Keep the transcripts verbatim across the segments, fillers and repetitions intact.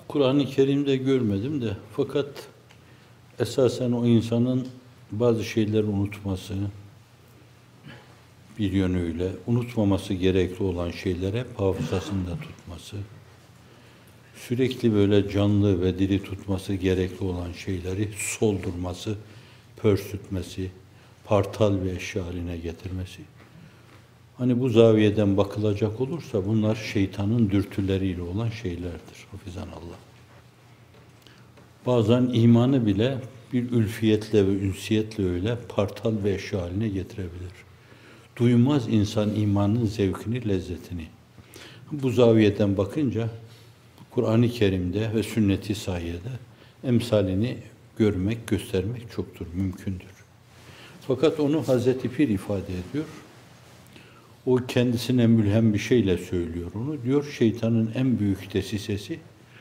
Kur'an-ı Kerim'de görmedim de fakat esasen o insanın bazı şeyleri unutması, bir yönüyle unutmaması gerekli olan şeyleri hep hafızasında tutması, sürekli böyle canlı ve diri tutması gerekli olan şeyleri soldurması, pörsütmesi, partal bir eşya haline getirmesi. Hani bu zaviyeden bakılacak olursa bunlar şeytanın dürtüleriyle olan şeylerdir. Hafizanallah. Bazen imanı bile bir ülfiyetle ve ünsiyetle öyle partal bir eşya haline getirebilir. Duymaz insan imanın zevkini, lezzetini. Bu zaviyeden bakınca Kur'an-ı Kerim'de ve sünnet-i sahihede emsalini görmek, göstermek çoktur, mümkündür. Fakat onu Hazreti Pir ifade ediyor. O kendisine mülhem bir şeyle söylüyor onu. Diyor şeytanın en büyük desisesi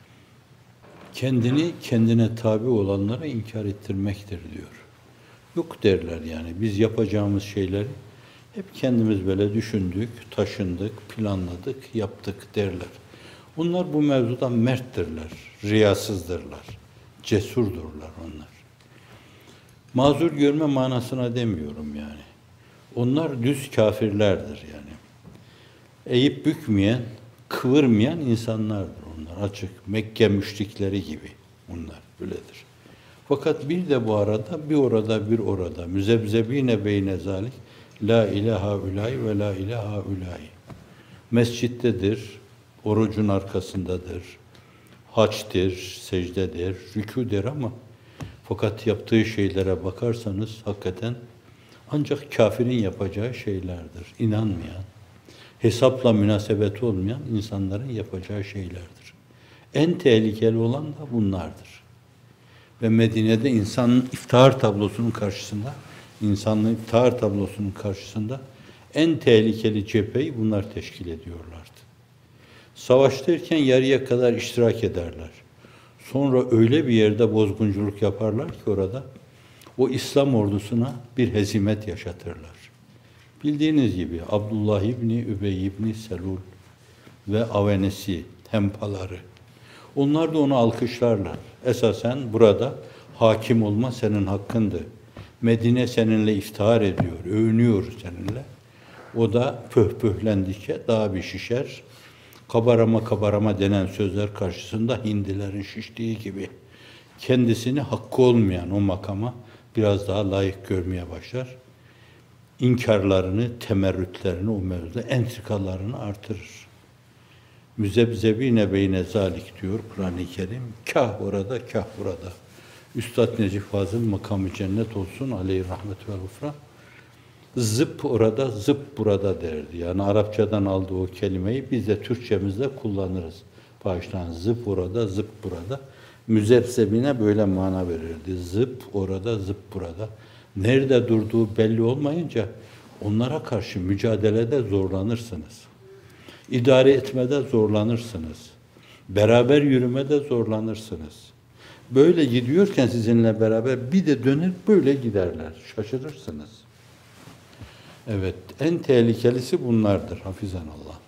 kendini kendine tabi olanlara inkar ettirmektir diyor. Yok derler yani. Biz yapacağımız şeyleri hep kendimiz böyle düşündük, taşındık, planladık, yaptık derler. Onlar bu mevzuda merttirler, riyasızdırlar, cesurdurlar onlar. Mazur görme manasına demiyorum yani. Onlar düz kafirlerdir yani. Eğip bükmeyen, kıvırmayan insanlardır onlar. Açık, Mekke müşrikleri gibi onlar böyledir. Fakat bir de bu arada, bir orada, bir orada. Müzebzebine beyne zalik, la ilaha ulahi ve la ilaha ulahi. Mescittedir, orucun arkasındadır, haçtir, secdedir, rükûdir ama fakat yaptığı şeylere bakarsanız hakikaten ancak kafirin yapacağı şeylerdir. İnanmayan, hesapla münasebeti olmayan insanların yapacağı şeylerdir. En tehlikeli olan da bunlardır. Ve Medine'de insanın iftihar tablosunun karşısında, insanlığın iftihar tablosunun karşısında en tehlikeli cepheyi bunlar teşkil ediyorlardı. Savaş derken yarıya kadar iştirak ederler. Sonra öyle bir yerde bozgunculuk yaparlar ki orada, o İslam ordusuna bir hezimet yaşatırlar. Bildiğiniz gibi Abdullah İbni Übey İbni Selul ve avenesi, tempaları. Onlar da onu alkışlarlar. Esasen burada hakim olma senin hakkındı. Medine seninle iftihar ediyor, övünüyor seninle. O da pöhpöhlendikçe daha bir şişer. Kabarama kabarama denen sözler karşısında hindilerin şiştiği gibi kendisini hakkı olmayan o makama biraz daha layık görmeye başlar. İnkarlarını, temerrütlerini o mevzuda, entrikalarını artırır. Müzebzebine beyne zalik diyor Kur'an-ı Kerim. Kah orada, kah burada. Üstad Necip Fazıl makamı cennet olsun aleyhi rahmet ve gufran. Zıp orada, zıp burada derdi. Yani Arapçadan aldığı o kelimeyi biz de Türkçemizde kullanırız. Bağışlan zıp orada, zıp burada. Müzebzebine böyle mana verirdi. Zıp orada, zıp burada. Nerede durduğu belli olmayınca onlara karşı mücadelede zorlanırsınız. İdare etmede zorlanırsınız. Beraber yürümede zorlanırsınız. Böyle gidiyorken sizinle beraber bir de döner böyle giderler. Şaşırırsınız. Evet, en tehlikelisi bunlardır hafizanallah.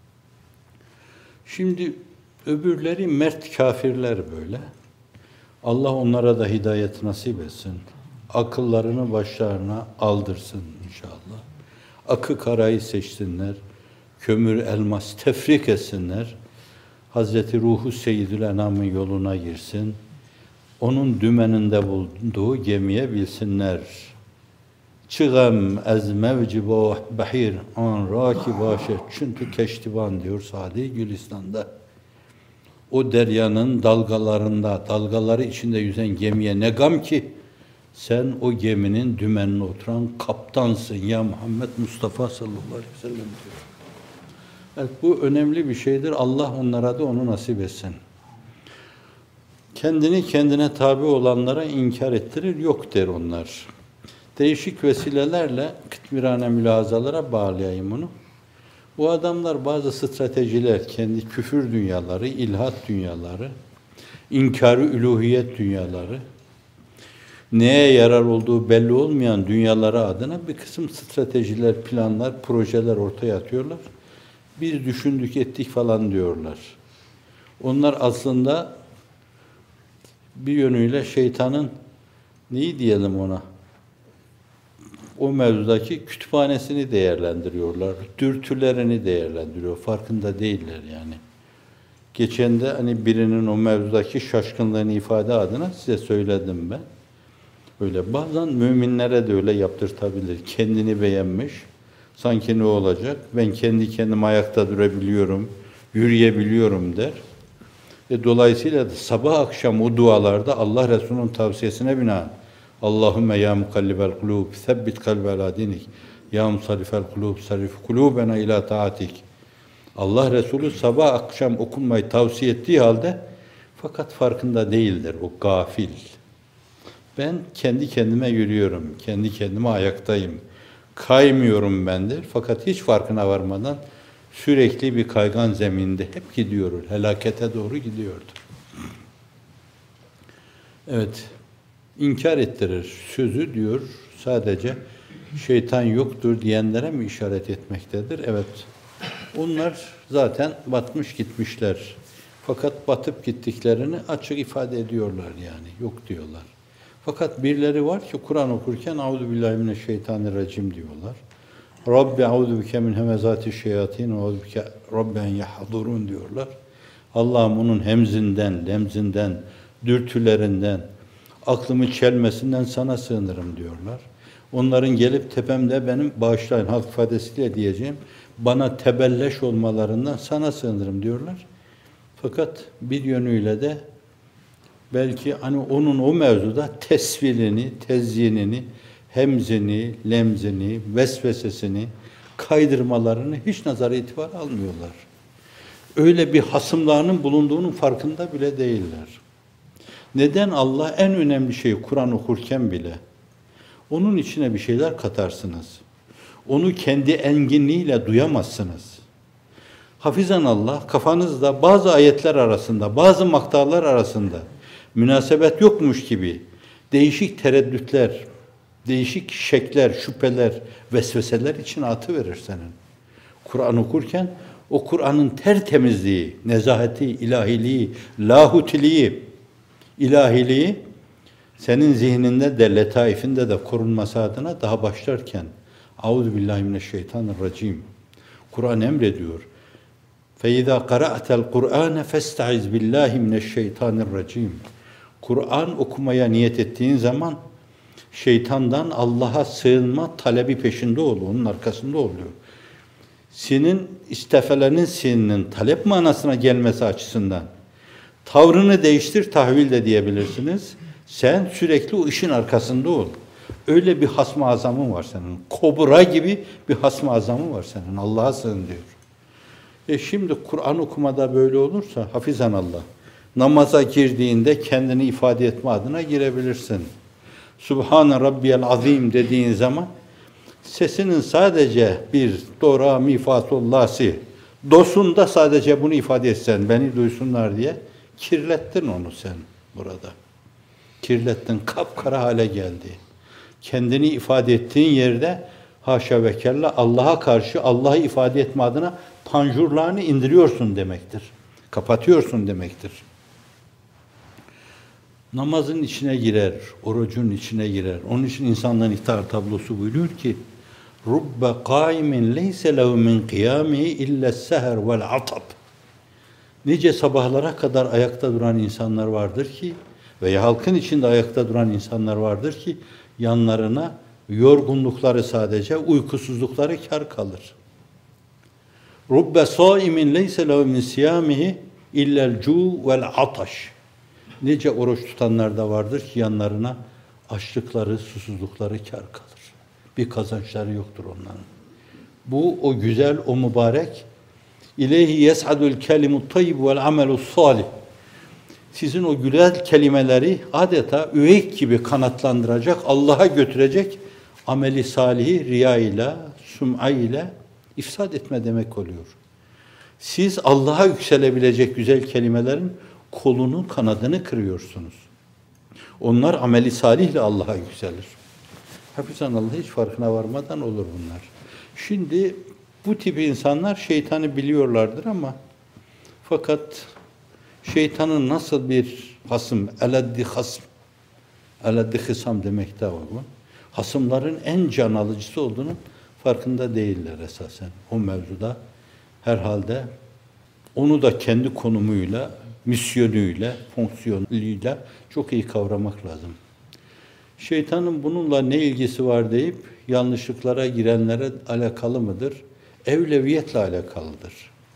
Şimdi öbürleri mert kafirler böyle. Allah onlara da hidayet nasip etsin. Akıllarını başlarına aldırsın inşallah. Akı karayı seçsinler. Kömür, elmas tefrik etsinler. Hazreti Ruhu Seyyidül Enam'ın yoluna girsin. Onun dümeninde bulunduğu gemiye bilsinler. Çıgam ez mevci bahir an raki başe çünkü keştivan diyor Sadi Gülistan'da. O deryanın dalgalarında, dalgaları içinde yüzen gemiye ne gam ki sen o geminin dümenine oturan kaptansın ya Muhammed Mustafa sallallahu aleyhi ve sellem diyor. Evet, bu önemli bir şeydir. Allah onlara da onu nasip etsin. Kendini kendine tabi olanlara inkar ettirir, yok der onlar. Değişik vesilelerle kıtmirane mülahazalara bağlayayım onu. Bu adamlar bazı stratejiler, kendi küfür dünyaları, ilhat dünyaları, inkarı üluhiyet dünyaları, neye yarar olduğu belli olmayan dünyaları adına bir kısım stratejiler, planlar, projeler ortaya atıyorlar. Biz düşündük ettik falan diyorlar. Onlar aslında bir yönüyle şeytanın neyi diyelim ona? O mevzudaki kütüphanesini değerlendiriyorlar. Dürtülerini değerlendiriyor. Farkında değiller yani. Geçen de hani birinin o mevzudaki şaşkınlığını ifade adına size söyledim ben. Öyle bazen müminlere de öyle yaptırtabilir. Kendini beğenmiş. Sanki ne olacak? Ben kendi kendime ayakta durabiliyorum, yürüyebiliyorum der. E dolayısıyla da sabah akşam o dualarda Allah Resulü'nün tavsiyesine binaen Allahümme ya mukallibel kulub, sebbit kalbi ala dinik, ya musarrifel kulub, sarrif kulubena ila taatik. Allah Resulü sabah akşam okunmayı tavsiye ettiği halde fakat farkında değildir o gafil. Ben kendi kendime yürüyorum, kendi kendime ayaktayım, kaymıyorum bendir. Fakat hiç farkına varmadan sürekli bir kaygan zeminde hep gidiyor, helakete doğru gidiyordu. Evet, inkar ettirir sözü diyor, sadece şeytan yoktur diyenlere mi işaret etmektedir? Evet, onlar zaten batmış gitmişler. Fakat batıp gittiklerini açık ifade ediyorlar yani, yok diyorlar. Fakat birileri var ki Kur'an okurken Euzubillahimineşşeytanirracim diyorlar. Rabbi euzubike min hemezati şeyatin ve euzubike rabben yahdurun diyorlar. Allah'ım onun hemzinden, lemzinden, dürtülerinden, aklımı çelmesinden sana sığınırım diyorlar. Onların gelip tepemde benim bağışlayın halk ifadesiyle diyeceğim, bana tebelleş olmalarından sana sığınırım diyorlar. Fakat bir yönüyle de belki hani onun o mevzuda tesvirini, tezyinini, hemzini, lemzini, vesvesesini, kaydırmalarını hiç nazara itibar almıyorlar. Öyle bir hasımlarının bulunduğunun farkında bile değiller. Neden Allah en önemli şeyi Kur'an okurken bile onun içine bir şeyler katarsınız. Onu kendi enginliğiyle duyamazsınız. Hafizan Allah kafanızda bazı ayetler arasında, bazı maktalar arasında münasebet yokmuş gibi değişik tereddütler, değişik şekler, şüpheler, vesveseler içine atıverir senin. Kur'an okurken o Kur'an'ın tertemizliği, nezaheti, ilahiliği, lahutiliği, ilahiliği senin zihninde de, letaifinde de korunması adına daha başlarken Euzubillahimineşşeytanirracim. Kur'an emrediyor. فَاِذَا قَرَأْتَ الْقُرْآنَ فَاسْتَعِذْ بِاللّٰهِ مِنَ الشَّيْطَانِ الرَّجِيمِ. Kur'an okumaya niyet ettiğin zaman şeytandan Allah'a sığınma talebi peşinde ol, onun arkasında oluyor. Senin istefelenin sininin talep manasına gelmesi açısından tavrını değiştir, tahvil de diyebilirsiniz. Sen sürekli o işin arkasında ol. Öyle bir hasm-ı azamın var senin. Kobra gibi bir hasm-ı azamın var senin. Allah'a sığın diyor. E şimdi Kur'an okumada böyle olursa hafizan Allah. Namaza girdiğinde kendini ifade etme adına girebilirsin. Subhane Rabbiyel Azim dediğin zaman sesinin sadece bir dora mi fa sol la si dosunda sadece bunu ifade etsen, beni duysunlar diye kirlettin onu sen burada. Kirlettin, kapkara hale geldi. Kendini ifade ettiğin yerde haşa ve kella Allah'a karşı Allah'ı ifade etme adına panjurlarını indiriyorsun demektir. Kapatıyorsun demektir. Namazın içine girer, orucun içine girer. Onun için insanların ihtar tablosu buyuruyor ki Rubbe kaimin leyse lehu min kıyamihi illa seher vel atab. Nice sabahlara kadar ayakta duran insanlar vardır ki veya halkın içinde ayakta duran insanlar vardır ki yanlarına yorgunlukları sadece, uykusuzlukları kar kalır. Rubbe saimin leyse lehu min siyamihi illel cu vel ataş. Nice oruç tutanlar da vardır ki yanlarına açlıkları, susuzlukları kar kalır. Bir kazançları yoktur onların. Bu o güzel, o mübarek İleyhi yes'adul kelimut tayyib vel amelus salih. Sizin o güzel kelimeleri adeta üveyk gibi kanatlandıracak, Allah'a götürecek ameli salihi riya ile, sum'a ile ifsad etme demek oluyor. Siz Allah'a yükselebilecek güzel kelimelerin kolunu, kanadını kırıyorsunuz. Onlar ameli salihle Allah'a yükselir. Hafizan Allah hiç farkına varmadan olur bunlar. Şimdi bu tip insanlar şeytanı biliyorlardır ama fakat şeytanın nasıl bir hasım, eleddi hasm. Eleddi hısam demek de uygun. Hasımların en can alıcısı olduğunun farkında değiller esasen. O mevzuda herhalde onu da kendi konumuyla, misyonuyla, fonksiyonuyla çok iyi kavramak lazım. Şeytanın bununla ne ilgisi var deyip yanlışlıklara girenlere alakalı mıdır? Evleviyetle alakalıdır.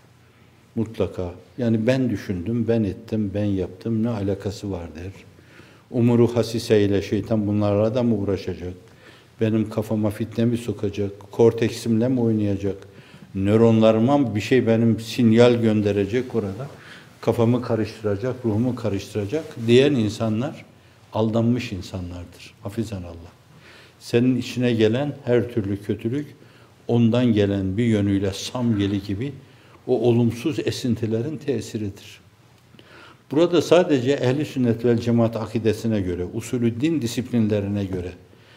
Mutlaka. Yani ben düşündüm, ben ettim, ben yaptım, ne alakası vardır? Umuru hasise ile şeytan bunlarla da mı uğraşacak? Benim kafama fitne mi sokacak? Korteksimle mi oynayacak? Nöronlarıma bir şey benim sinyal gönderecek orada. Kafamı karıştıracak, ruhumu karıştıracak diyen insanlar aldanmış insanlardır. Hafizan Allah. Senin içine gelen her türlü kötülük ondan gelen bir yönüyle samyeli gibi o olumsuz esintilerin tesiridir. Burada sadece ehli sünnet vel cemaat akidesine göre, usulü din disiplinlerine göre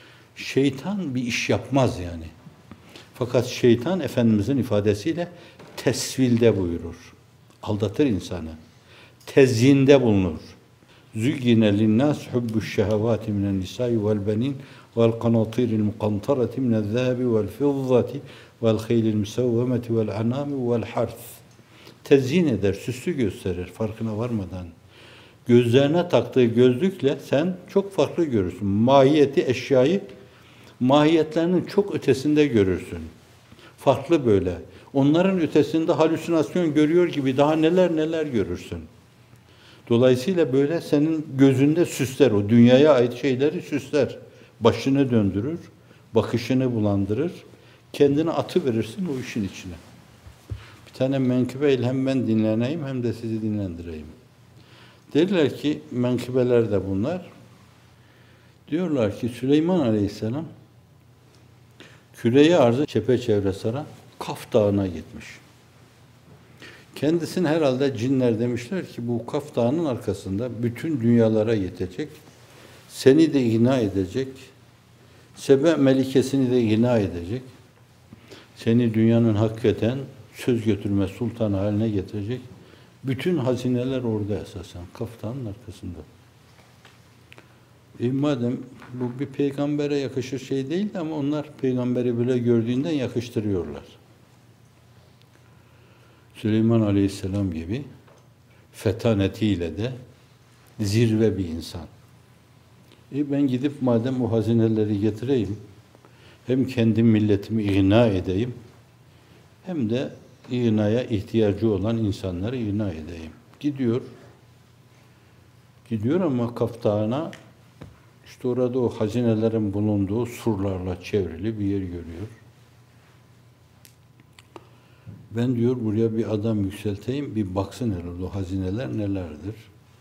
şeytan bir iş yapmaz yani. Fakat şeytan Efendimizin ifadesiyle tesvilde buyurur. Aldatır insanı. Tezyinde bulunur. Züyyine linnâs hubbuş şehevâti minen nisâi vel benin vel kanatîril mukantarati minel zâhebi vel fizzati vel haylil musevvemeti vel anâmi vel harth. Tezyin eder, süslü gösterir farkına varmadan. Gözlerine taktığı gözlükle sen çok farklı görürsün. Mahiyeti, eşyayı mahiyetlerinin çok ötesinde görürsün. Farklı böyle. Onların ötesinde halüsinasyon görüyor gibi daha neler neler görürsün. Dolayısıyla böyle senin gözünde süsler, o dünyaya ait şeyleri süsler. Başını döndürür, bakışını bulandırır, kendini atıverirsin o işin içine. Bir tane menkıbeyle hem ben dinleneyim hem de sizi dinlendireyim. Derler ki, menkıbeler de bunlar. Diyorlar ki Süleyman Aleyhisselam küreyi arzı çepeçevre saran Kaf Dağı'na gitmiş. Kendisine herhalde cinler demişler ki bu Kaf Dağı'nın arkasında bütün dünyalara yetecek, seni de ikna edecek, Sebe Melikesini de ikna edecek, seni dünyanın hakikaten söz götürme sultanı haline getirecek. Bütün hazineler orada esasen, Kaf Dağı'nın arkasında. E madem bu bir peygambere yakışır şey değil ama onlar peygamberi böyle gördüğünden yakıştırıyorlar. Süleyman Aleyhisselam gibi fetanetiyle de zirve bir insan. E ben gidip madem o hazineleri getireyim, hem kendi milletimi ikna edeyim, hem de iknaya ihtiyacı olan insanları ikna edeyim. Gidiyor. Gidiyor ama Kaf Dağı'na, İşte orada o hazinelerin bulunduğu surlarla çevrili bir yer görüyor. Ben diyor buraya bir adam yükselteyim, bir baksın herhalde o hazineler nelerdir.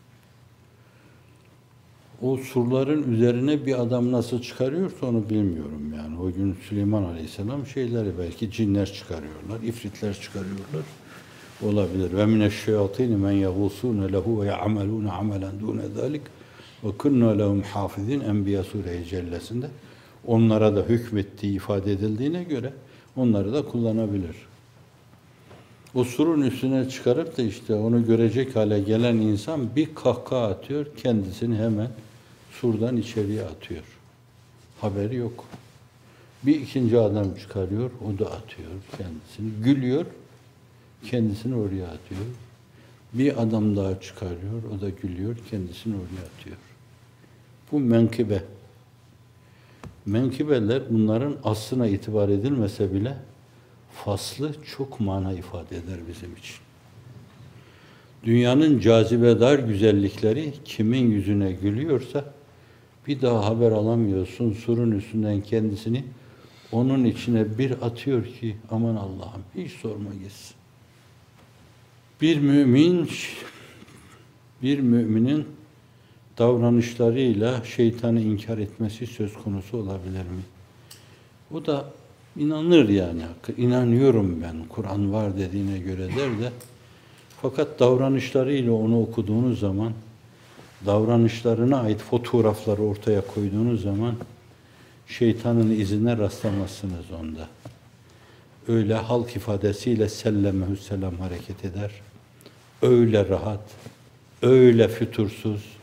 O surların üzerine bir adam nasıl çıkarıyorsa onu bilmiyorum yani. O gün Süleyman Aleyhisselam şeyleri belki cinler çıkarıyorlar, ifritler çıkarıyorlar. Olabilir. Ve mineşşeyatîni men yagûsûne lehu ve ya'amelûne amelen dûne zâlik. Ve künna lehum hafizin Enbiya Sure-i Cellesi'nde onlara da hükmettiği ifade edildiğine göre onları da kullanabilir. O surun üstüne çıkarıp da işte onu görecek hale gelen insan bir kahkaha atıyor, kendisini hemen surdan içeriye atıyor. Haberi yok. Bir ikinci adam çıkarıyor, o da atıyor kendisini. Gülüyor, kendisini oraya atıyor. Bir adam daha çıkarıyor, o da gülüyor, kendisini oraya atıyor. Bu menkıbe. Menkıbeler bunların aslına itibar edilmese bile faslı çok mana ifade eder bizim için. Dünyanın cazibedar güzellikleri kimin yüzüne gülüyorsa bir daha haber alamıyorsun. Surun üstünden kendisini onun içine bir atıyor ki aman Allah'ım hiç sorma gitsin. Bir mümin bir müminin davranışlarıyla şeytanı inkar etmesi söz konusu olabilir mi? O da inanır yani. İnanıyorum ben. Kur'an var dediğine göre der de fakat davranışlarıyla onu okuduğunuz zaman davranışlarına ait fotoğrafları ortaya koyduğunuz zaman şeytanın izine rastlamazsınız onda. Öyle halk ifadesiyle sellemehüsselam hareket eder. Öyle rahat, öyle fütursuz,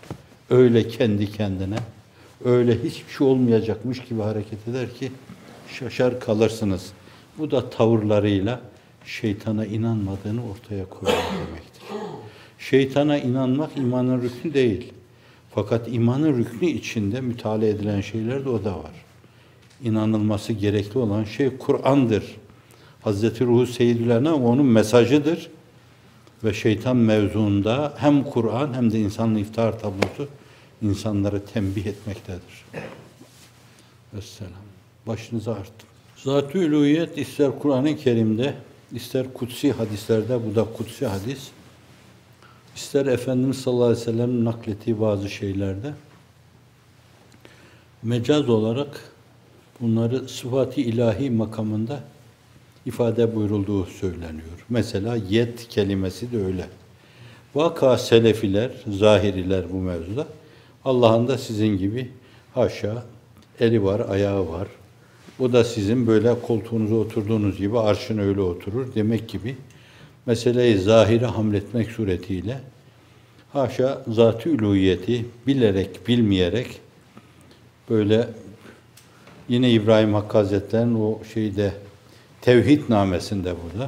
öyle kendi kendine, öyle hiçbir şey olmayacakmış gibi hareket eder ki şaşar kalırsınız. Bu da tavırlarıyla şeytana inanmadığını ortaya koyuyor demektir. Şeytana inanmak imanın rüknü değil. Fakat imanın rüknü içinde müteala edilen şeyler de o da var. İnanılması gerekli olan şey Kur'an'dır. Hazreti Ruhu Seyyidül Enam onun mesajıdır. Ve şeytan mevzuunda hem Kur'an hem de insanın iftihar tablosu insanları tembih etmektedir. Vesselam. Başınızı arttım. Zat-ı uluhiyet ister Kur'an-ı Kerim'de, ister kutsi hadislerde, bu da kutsi hadis, ister Efendimiz sallallahu aleyhi ve sellem'in naklettiği bazı şeylerde mecaz olarak bunları sıfat-ı ilahi makamında ifade buyurulduğu söyleniyor. Mesela yet kelimesi de öyle. Vaka selefiler, zahiriler bu mevzuda Allah'ın da sizin gibi haşa eli var, ayağı var. O da sizin böyle koltuğunuza oturduğunuz gibi arşına öyle oturur demek gibi meseleyi zahire hamletmek suretiyle haşa zat-ı uluhiyeti bilerek, bilmeyerek böyle yine İbrahim Hakkı Hazretleri'nin o şeyde Tevhid namesinde burada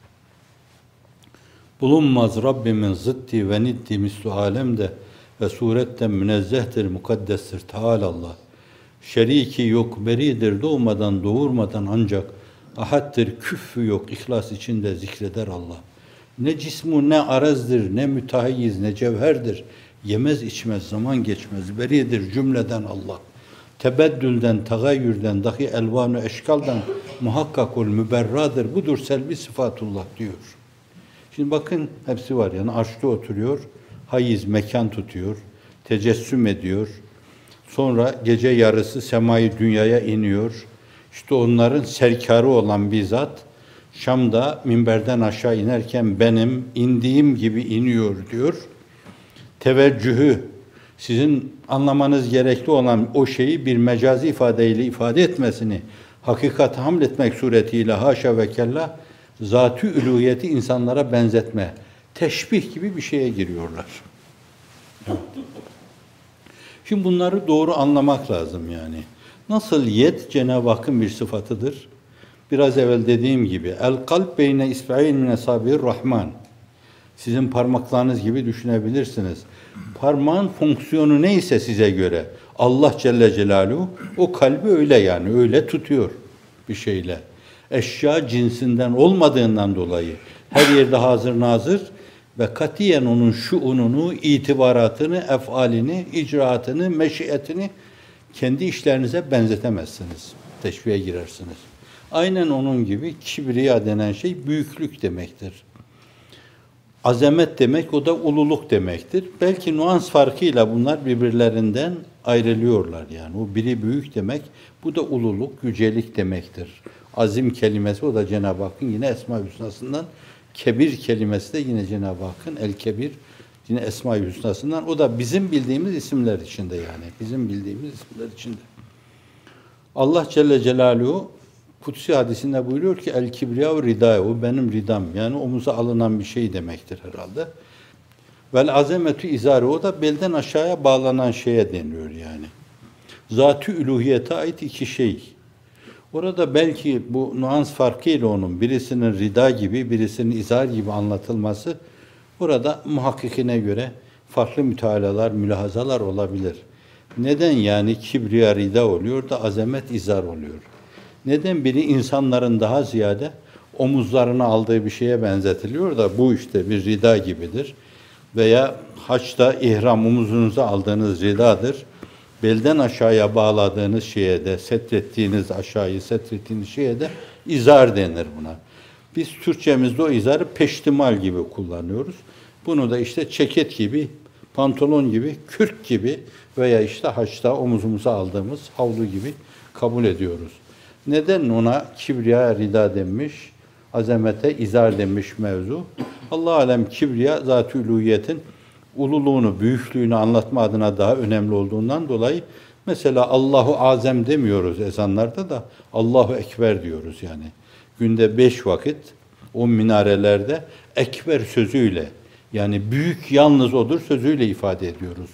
bulunmaz Rabbimin zıddi ve niddi mislu alemde ve suretten münezzehtir, mukaddestir Teâlallah. Şeriki yok, beridir, doğmadan, doğurmadan ancak ahaddir, küffü yok, ihlas içinde zikreder Allah. Ne cismu ne arazdır, ne mütehayyiz, ne cevherdir. Yemez içmez, zaman geçmez, beridir cümleden Allah. Tebeddülden, tagayyürden, dahi elvan-ı eşkaldan muhakkak ol müberradır. Budur selvi sıfatullah diyor. Şimdi bakın hepsi var yani arşta oturuyor, hayız mekan tutuyor, tecessüm ediyor. Sonra gece yarısı semayı dünyaya iniyor. İşte onların serkarı olan bir zat Şam'da minberden aşağı inerken benim indiğim gibi iniyor diyor. Teveccühü sizin anlamanız gerekli olan o şeyi bir mecazi ifadeyle ifade etmesini hakikate hamletmek suretiyle haşa ve kella zat-ı uluhiyeti insanlara benzetme, teşbih gibi bir şeye giriyorlar. Evet. Şimdi bunları doğru anlamak lazım yani. Nasıl yet Cenab-ı Hakk'ın bir sıfatıdır? Biraz evvel dediğim gibi el kalp beyne isba'in min esabir rahman. Sizin parmaklarınız gibi düşünebilirsiniz. Parmağın fonksiyonu neyse size göre Allah Celle Celaluhu o kalbi öyle yani öyle tutuyor bir şeyle. Eşya cinsinden olmadığından dolayı her yerde hazır nazır ve katiyen onun şuununu, itibaratını, efalini, icraatını, meşiyetini kendi işlerinize benzetemezsiniz. Teşbihe girersiniz. Aynen onun gibi kibriya denen şey büyüklük demektir. Azamet demek o da ululuk demektir. Belki nuans farkıyla bunlar birbirlerinden ayrılıyorlar yani. O biri büyük demek, bu da ululuk, yücelik demektir. Azim kelimesi o da Cenab-ı Hakk'ın yine Esma-i Hüsna'sından. Kebir kelimesi de yine Cenab-ı Hakk'ın El-Kebir yine Esma-i Hüsna'sından. O da bizim bildiğimiz isimler içinde yani. Bizim bildiğimiz isimler içinde. Allah Celle Celaluhu Kutsi hadisinde buyuruyor ki el kibriya ridâ, o benim ridam. Yani omuza alınan bir şey demektir herhalde. Vel azametü izâri, o da belden aşağıya bağlanan şeye deniyor yani. Zat-ı üluhiyete ait iki şey. Orada belki bu nuans farkıyla onun birisinin rida gibi, birisinin izar gibi anlatılması burada muhakkikine göre farklı mütealalar, mülahazalar olabilir. Neden yani kibriya rida oluyor da azamet izar oluyor? Neden biri insanların daha ziyade omuzlarına aldığı bir şeye benzetiliyor da bu işte bir rida gibidir. Veya haçta ihram omuzunuza aldığınız ridadır. Belden aşağıya bağladığınız şeye de, setrettiğiniz aşağıyı setrettiğiniz şeye de izar denir buna. Biz Türkçemizde o izarı peştimal gibi kullanıyoruz. Bunu da işte ceket gibi, pantolon gibi, kürk gibi veya işte haçta omuzumuza aldığımız havlu gibi kabul ediyoruz. Neden ona kibriya rida denmiş, azamete izar denmiş mevzu? Allah alem kibriya zat-ı uluhiyetin ululuğunu, büyüklüğünü anlatma adına daha önemli olduğundan dolayı mesela Allahu Azem demiyoruz ezanlarda da Allahu Ekber diyoruz yani. Günde beş vakit o minarelerde Ekber sözüyle yani büyük yalnız odur sözüyle ifade ediyoruz.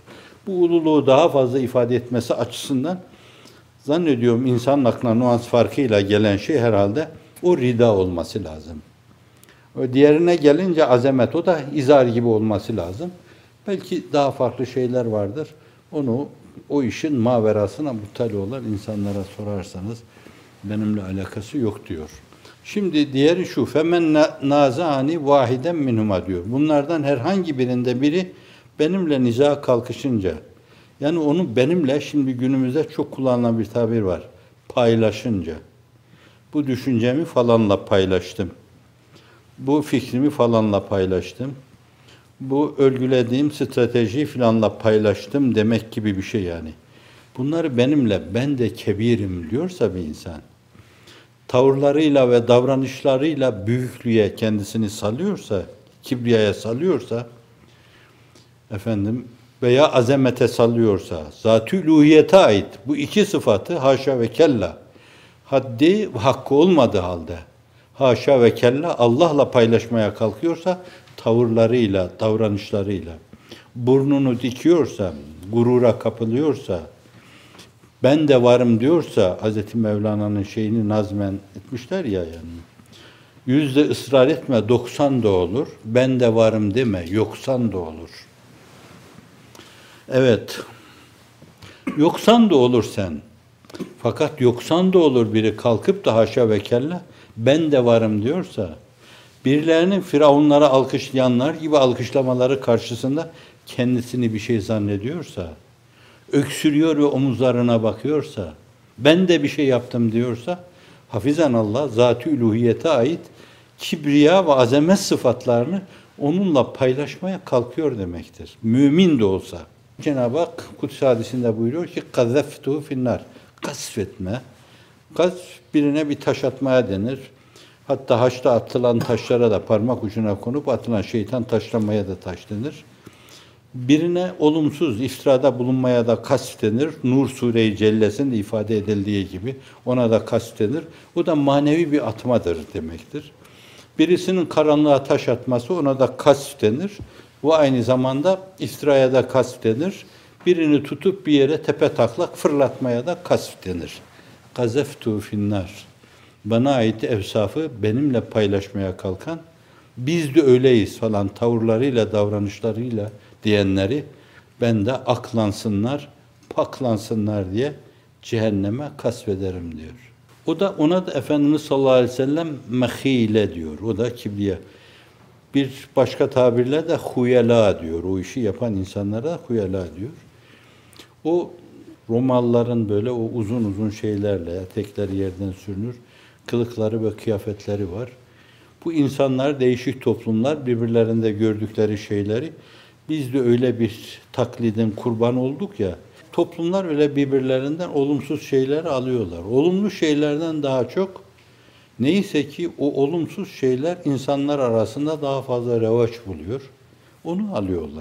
Bu ululuğu daha fazla ifade etmesi açısından zannediyorum insanın aklına nuans farkıyla gelen şey herhalde o rida olması lazım. O diğerine gelince azamet, o da izar gibi olması lazım. Belki daha farklı şeyler vardır. Onu o işin maverasına muttali olan insanlara sorarsanız benimle alakası yok diyor. Şimdi diğeri şu, femen nazani vahiden minhuma diyor. Bunlardan herhangi birinde biri benimle niza kalkışınca, yani onu benimle, şimdi günümüzde çok kullanılan bir tabir var, paylaşınca. Bu düşüncemi falanla paylaştım. Bu fikrimi falanla paylaştım. Bu örgülediğim stratejiyi filanla paylaştım demek gibi bir şey yani. Bunları benimle, ben de kebirim diyorsa bir insan, tavırlarıyla ve davranışlarıyla büyüklüğe kendisini salıyorsa, kibriyaya salıyorsa, efendim veya azamete salıyorsa, zat-ı uluhiyete ait bu iki sıfatı haşa ve kella, haddi hakkı olmadığı halde, haşa ve kella Allah'la paylaşmaya kalkıyorsa, tavırlarıyla, davranışlarıyla, burnunu dikiyorsa, gurura kapılıyorsa, ben de varım diyorsa, Hazreti Mevlana'nın şeyini nazmen etmişler ya yani. Yüzde ısrar etme, doksan da olur. Ben de varım deme, yoksan da olur. Evet, yoksan da olur sen. Fakat yoksan da olur biri kalkıp da haşa ve kella, ben de varım diyorsa, birilerinin firavunlara alkışlayanlar gibi alkışlamaları karşısında kendisini bir şey zannediyorsa, öksürüyor ve omuzlarına bakıyorsa, ben de bir şey yaptım diyorsa, hafizan Allah, zat-ı uluhiyete ait kibriya ve azamet sıfatlarını onunla paylaşmaya kalkıyor demektir. Mümin de olsa. Cenab-ı Hak Kudüs hadisinde buyuruyor ki, قَذَّفْتُهُ فِي النَّارِ Kasfetme. Kasf, birine bir taş atmaya denir. Hatta haçta atılan taşlara da parmak ucuna konup atılan şeytan taşlamaya da taş denir. Birine olumsuz iftirada bulunmaya da kasf denir. Nur Sure-i Celles'in ifade edildiği gibi ona da kasf denir. O da manevi bir atmadır demektir. Birisinin karanlığa taş atması ona da kasf denir. Bu aynı zamanda iftiraya da kasf denir. Birini tutup bir yere tepe taklak fırlatmaya da kasf denir. Gazeftu finnar. Bana ait evsafı benimle paylaşmaya kalkan, biz de öyleyiz falan tavırlarıyla, davranışlarıyla diyenleri ben de aklansınlar, paklansınlar diye cehenneme kasvederim diyor. O da ona da Efendimiz sallallahu aleyhi ve sellem mehile diyor. O da kibriye. Bir başka tabirle de huyela diyor. O işi yapan insanlara huyela diyor. O Romalıların böyle o uzun uzun şeylerle, etekleri yerden sürünür, kılıkları ve kıyafetleri var. Bu insanlar, değişik toplumlar birbirlerinde gördükleri şeyleri, biz de öyle bir taklidin kurban olduk ya, toplumlar öyle birbirlerinden olumsuz şeyler alıyorlar. Olumlu şeylerden daha çok, neyse ki o olumsuz şeyler insanlar arasında daha fazla revaç buluyor. Onu alıyorlar.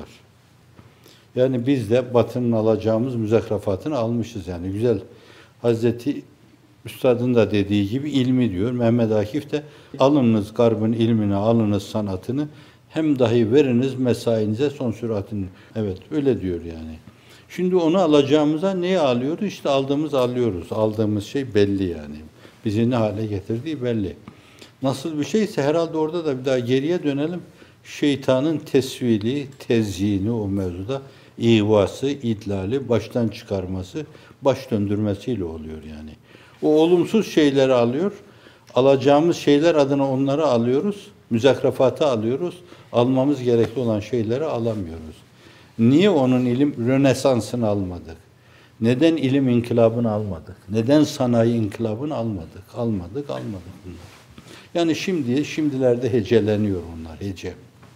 Yani biz de Batı'nın alacağımız müzakrefatını almışız yani. Güzel. Hazreti Üstad'ın da dediği gibi ilmi diyor. Mehmet Akif de alınız garbın ilmini, alınız sanatını, hem dahi veriniz mesainize son süratini. Evet öyle diyor yani. Şimdi onu alacağımıza neyi alıyoruz? İşte aldığımız alıyoruz. Aldığımız şey belli yani. Bizi ne hale getirdiği belli. Nasıl bir şeyse herhalde orada da bir daha geriye dönelim. Şeytanın tesvili, tezyini o mevzuda, ihvası, idlali, baştan çıkarması, baş döndürmesiyle oluyor yani. O olumsuz şeyleri alıyor, alacağımız şeyler adına onları alıyoruz, müzakrefatı alıyoruz, almamız gerekli olan şeyleri alamıyoruz. Niye onun ilim Rönesans'ını almadık? Neden ilim inkılabını almadık? Neden sanayi inkılabını almadık? Almadık, almadık bunlar. Yani şimdi, şimdilerde heceleniyor onlar, hece.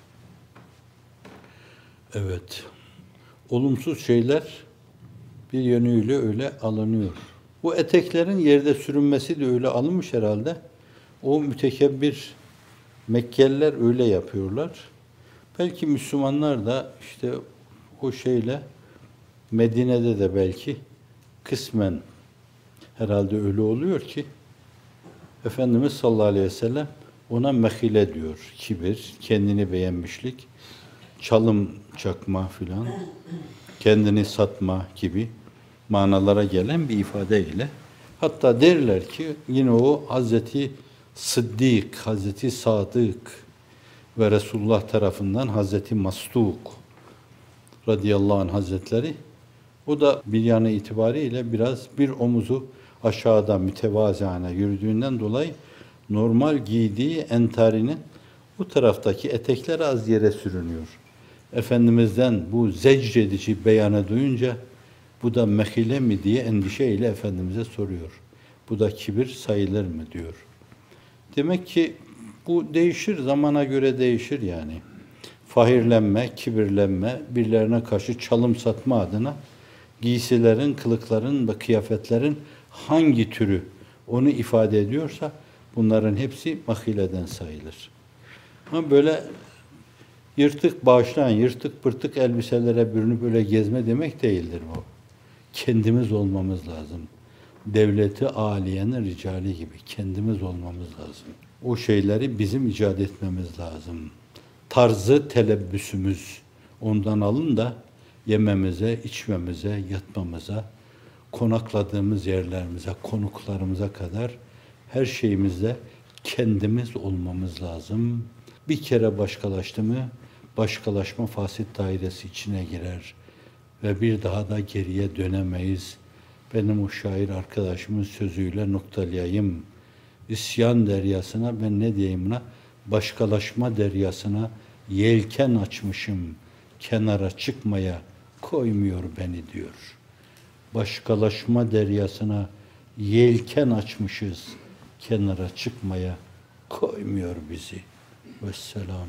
Evet. Olumsuz şeyler bir yönüyle öyle alınıyor. Bu eteklerin yerde sürünmesi de öyle alınmış herhalde. O mütekebbir Mekkeliler öyle yapıyorlar. Belki Müslümanlar da işte o şeyle Medine'de de belki kısmen herhalde öyle oluyor ki Efendimiz sallallahu aleyhi ve sellem ona mehile diyor. Kibir, kendini beğenmişlik, çalım çakma filan. kendini satma gibi manalara gelen bir ifadeyle. Hatta derler ki yine o Hazreti Sıddık, Hazreti Sadık ve Resulullah tarafından Hazreti Mastuk radıyallahu anh hazretleri, o da bir yanı itibariyle biraz bir omuzu aşağıda mütevazıane yürüdüğünden dolayı normal giydiği entarinin bu taraftaki etekler az yere sürünüyor. Efendimiz'den bu zecredici beyanı duyunca bu da mehile mi diye endişeyle Efendimiz'e soruyor. Bu da kibir sayılır mı diyor. Demek ki bu değişir, zamana göre değişir yani. Fahirlenme, kibirlenme, birilerine karşı çalım satma adına giysilerin, kılıkların ve kıyafetlerin hangi türü onu ifade ediyorsa bunların hepsi mahileden sayılır. Ama böyle yırtık bağışlayan, yırtık pırtık elbiselere bürünüp böyle gezme demek değildir bu. Kendimiz olmamız lazım. Devleti âliyenin ricali gibi kendimiz olmamız lazım. O şeyleri bizim icat etmemiz lazım. Tarzı telebbüsümüz ondan alın da yememize, içmemize, yatmamıza, konakladığımız yerlerimize, konuklarımıza kadar her şeyimizde kendimiz olmamız lazım. Bir kere başkalaştı mı, başkalaşma fasit dairesi içine girer ve bir daha da geriye dönemeyiz. Benim o şair arkadaşımın sözüyle noktalayayım. İsyan deryasına, ben ne diyeyim buna, başkalaşma deryasına yelken açmışım, kenara çıkmaya koymuyor beni diyor. Başkalaşma deryasına yelken açmışız, kenara çıkmaya koymuyor bizi. Vesselam.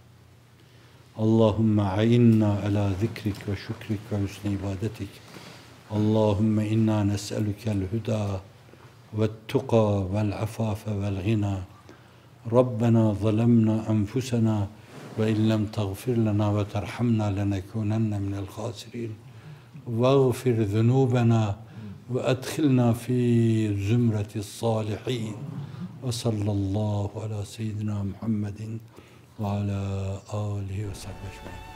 Allahümme a'inna ala zikrik ve şükrik ve husni ibadetik. Allahümme inna nes'elukel huda ve'ttuqa ve'l-afafe ve'l-ghina. Rabbena zalemna enfusena ve in lem tagfir lana ve terhamna lenekunenne minel khasirin. Veğfir zunubena ve edkhilna fi zümretis salihin. Ve sallallahu ala seyyidina Muhammedin ve ala alihi ve sahbihi.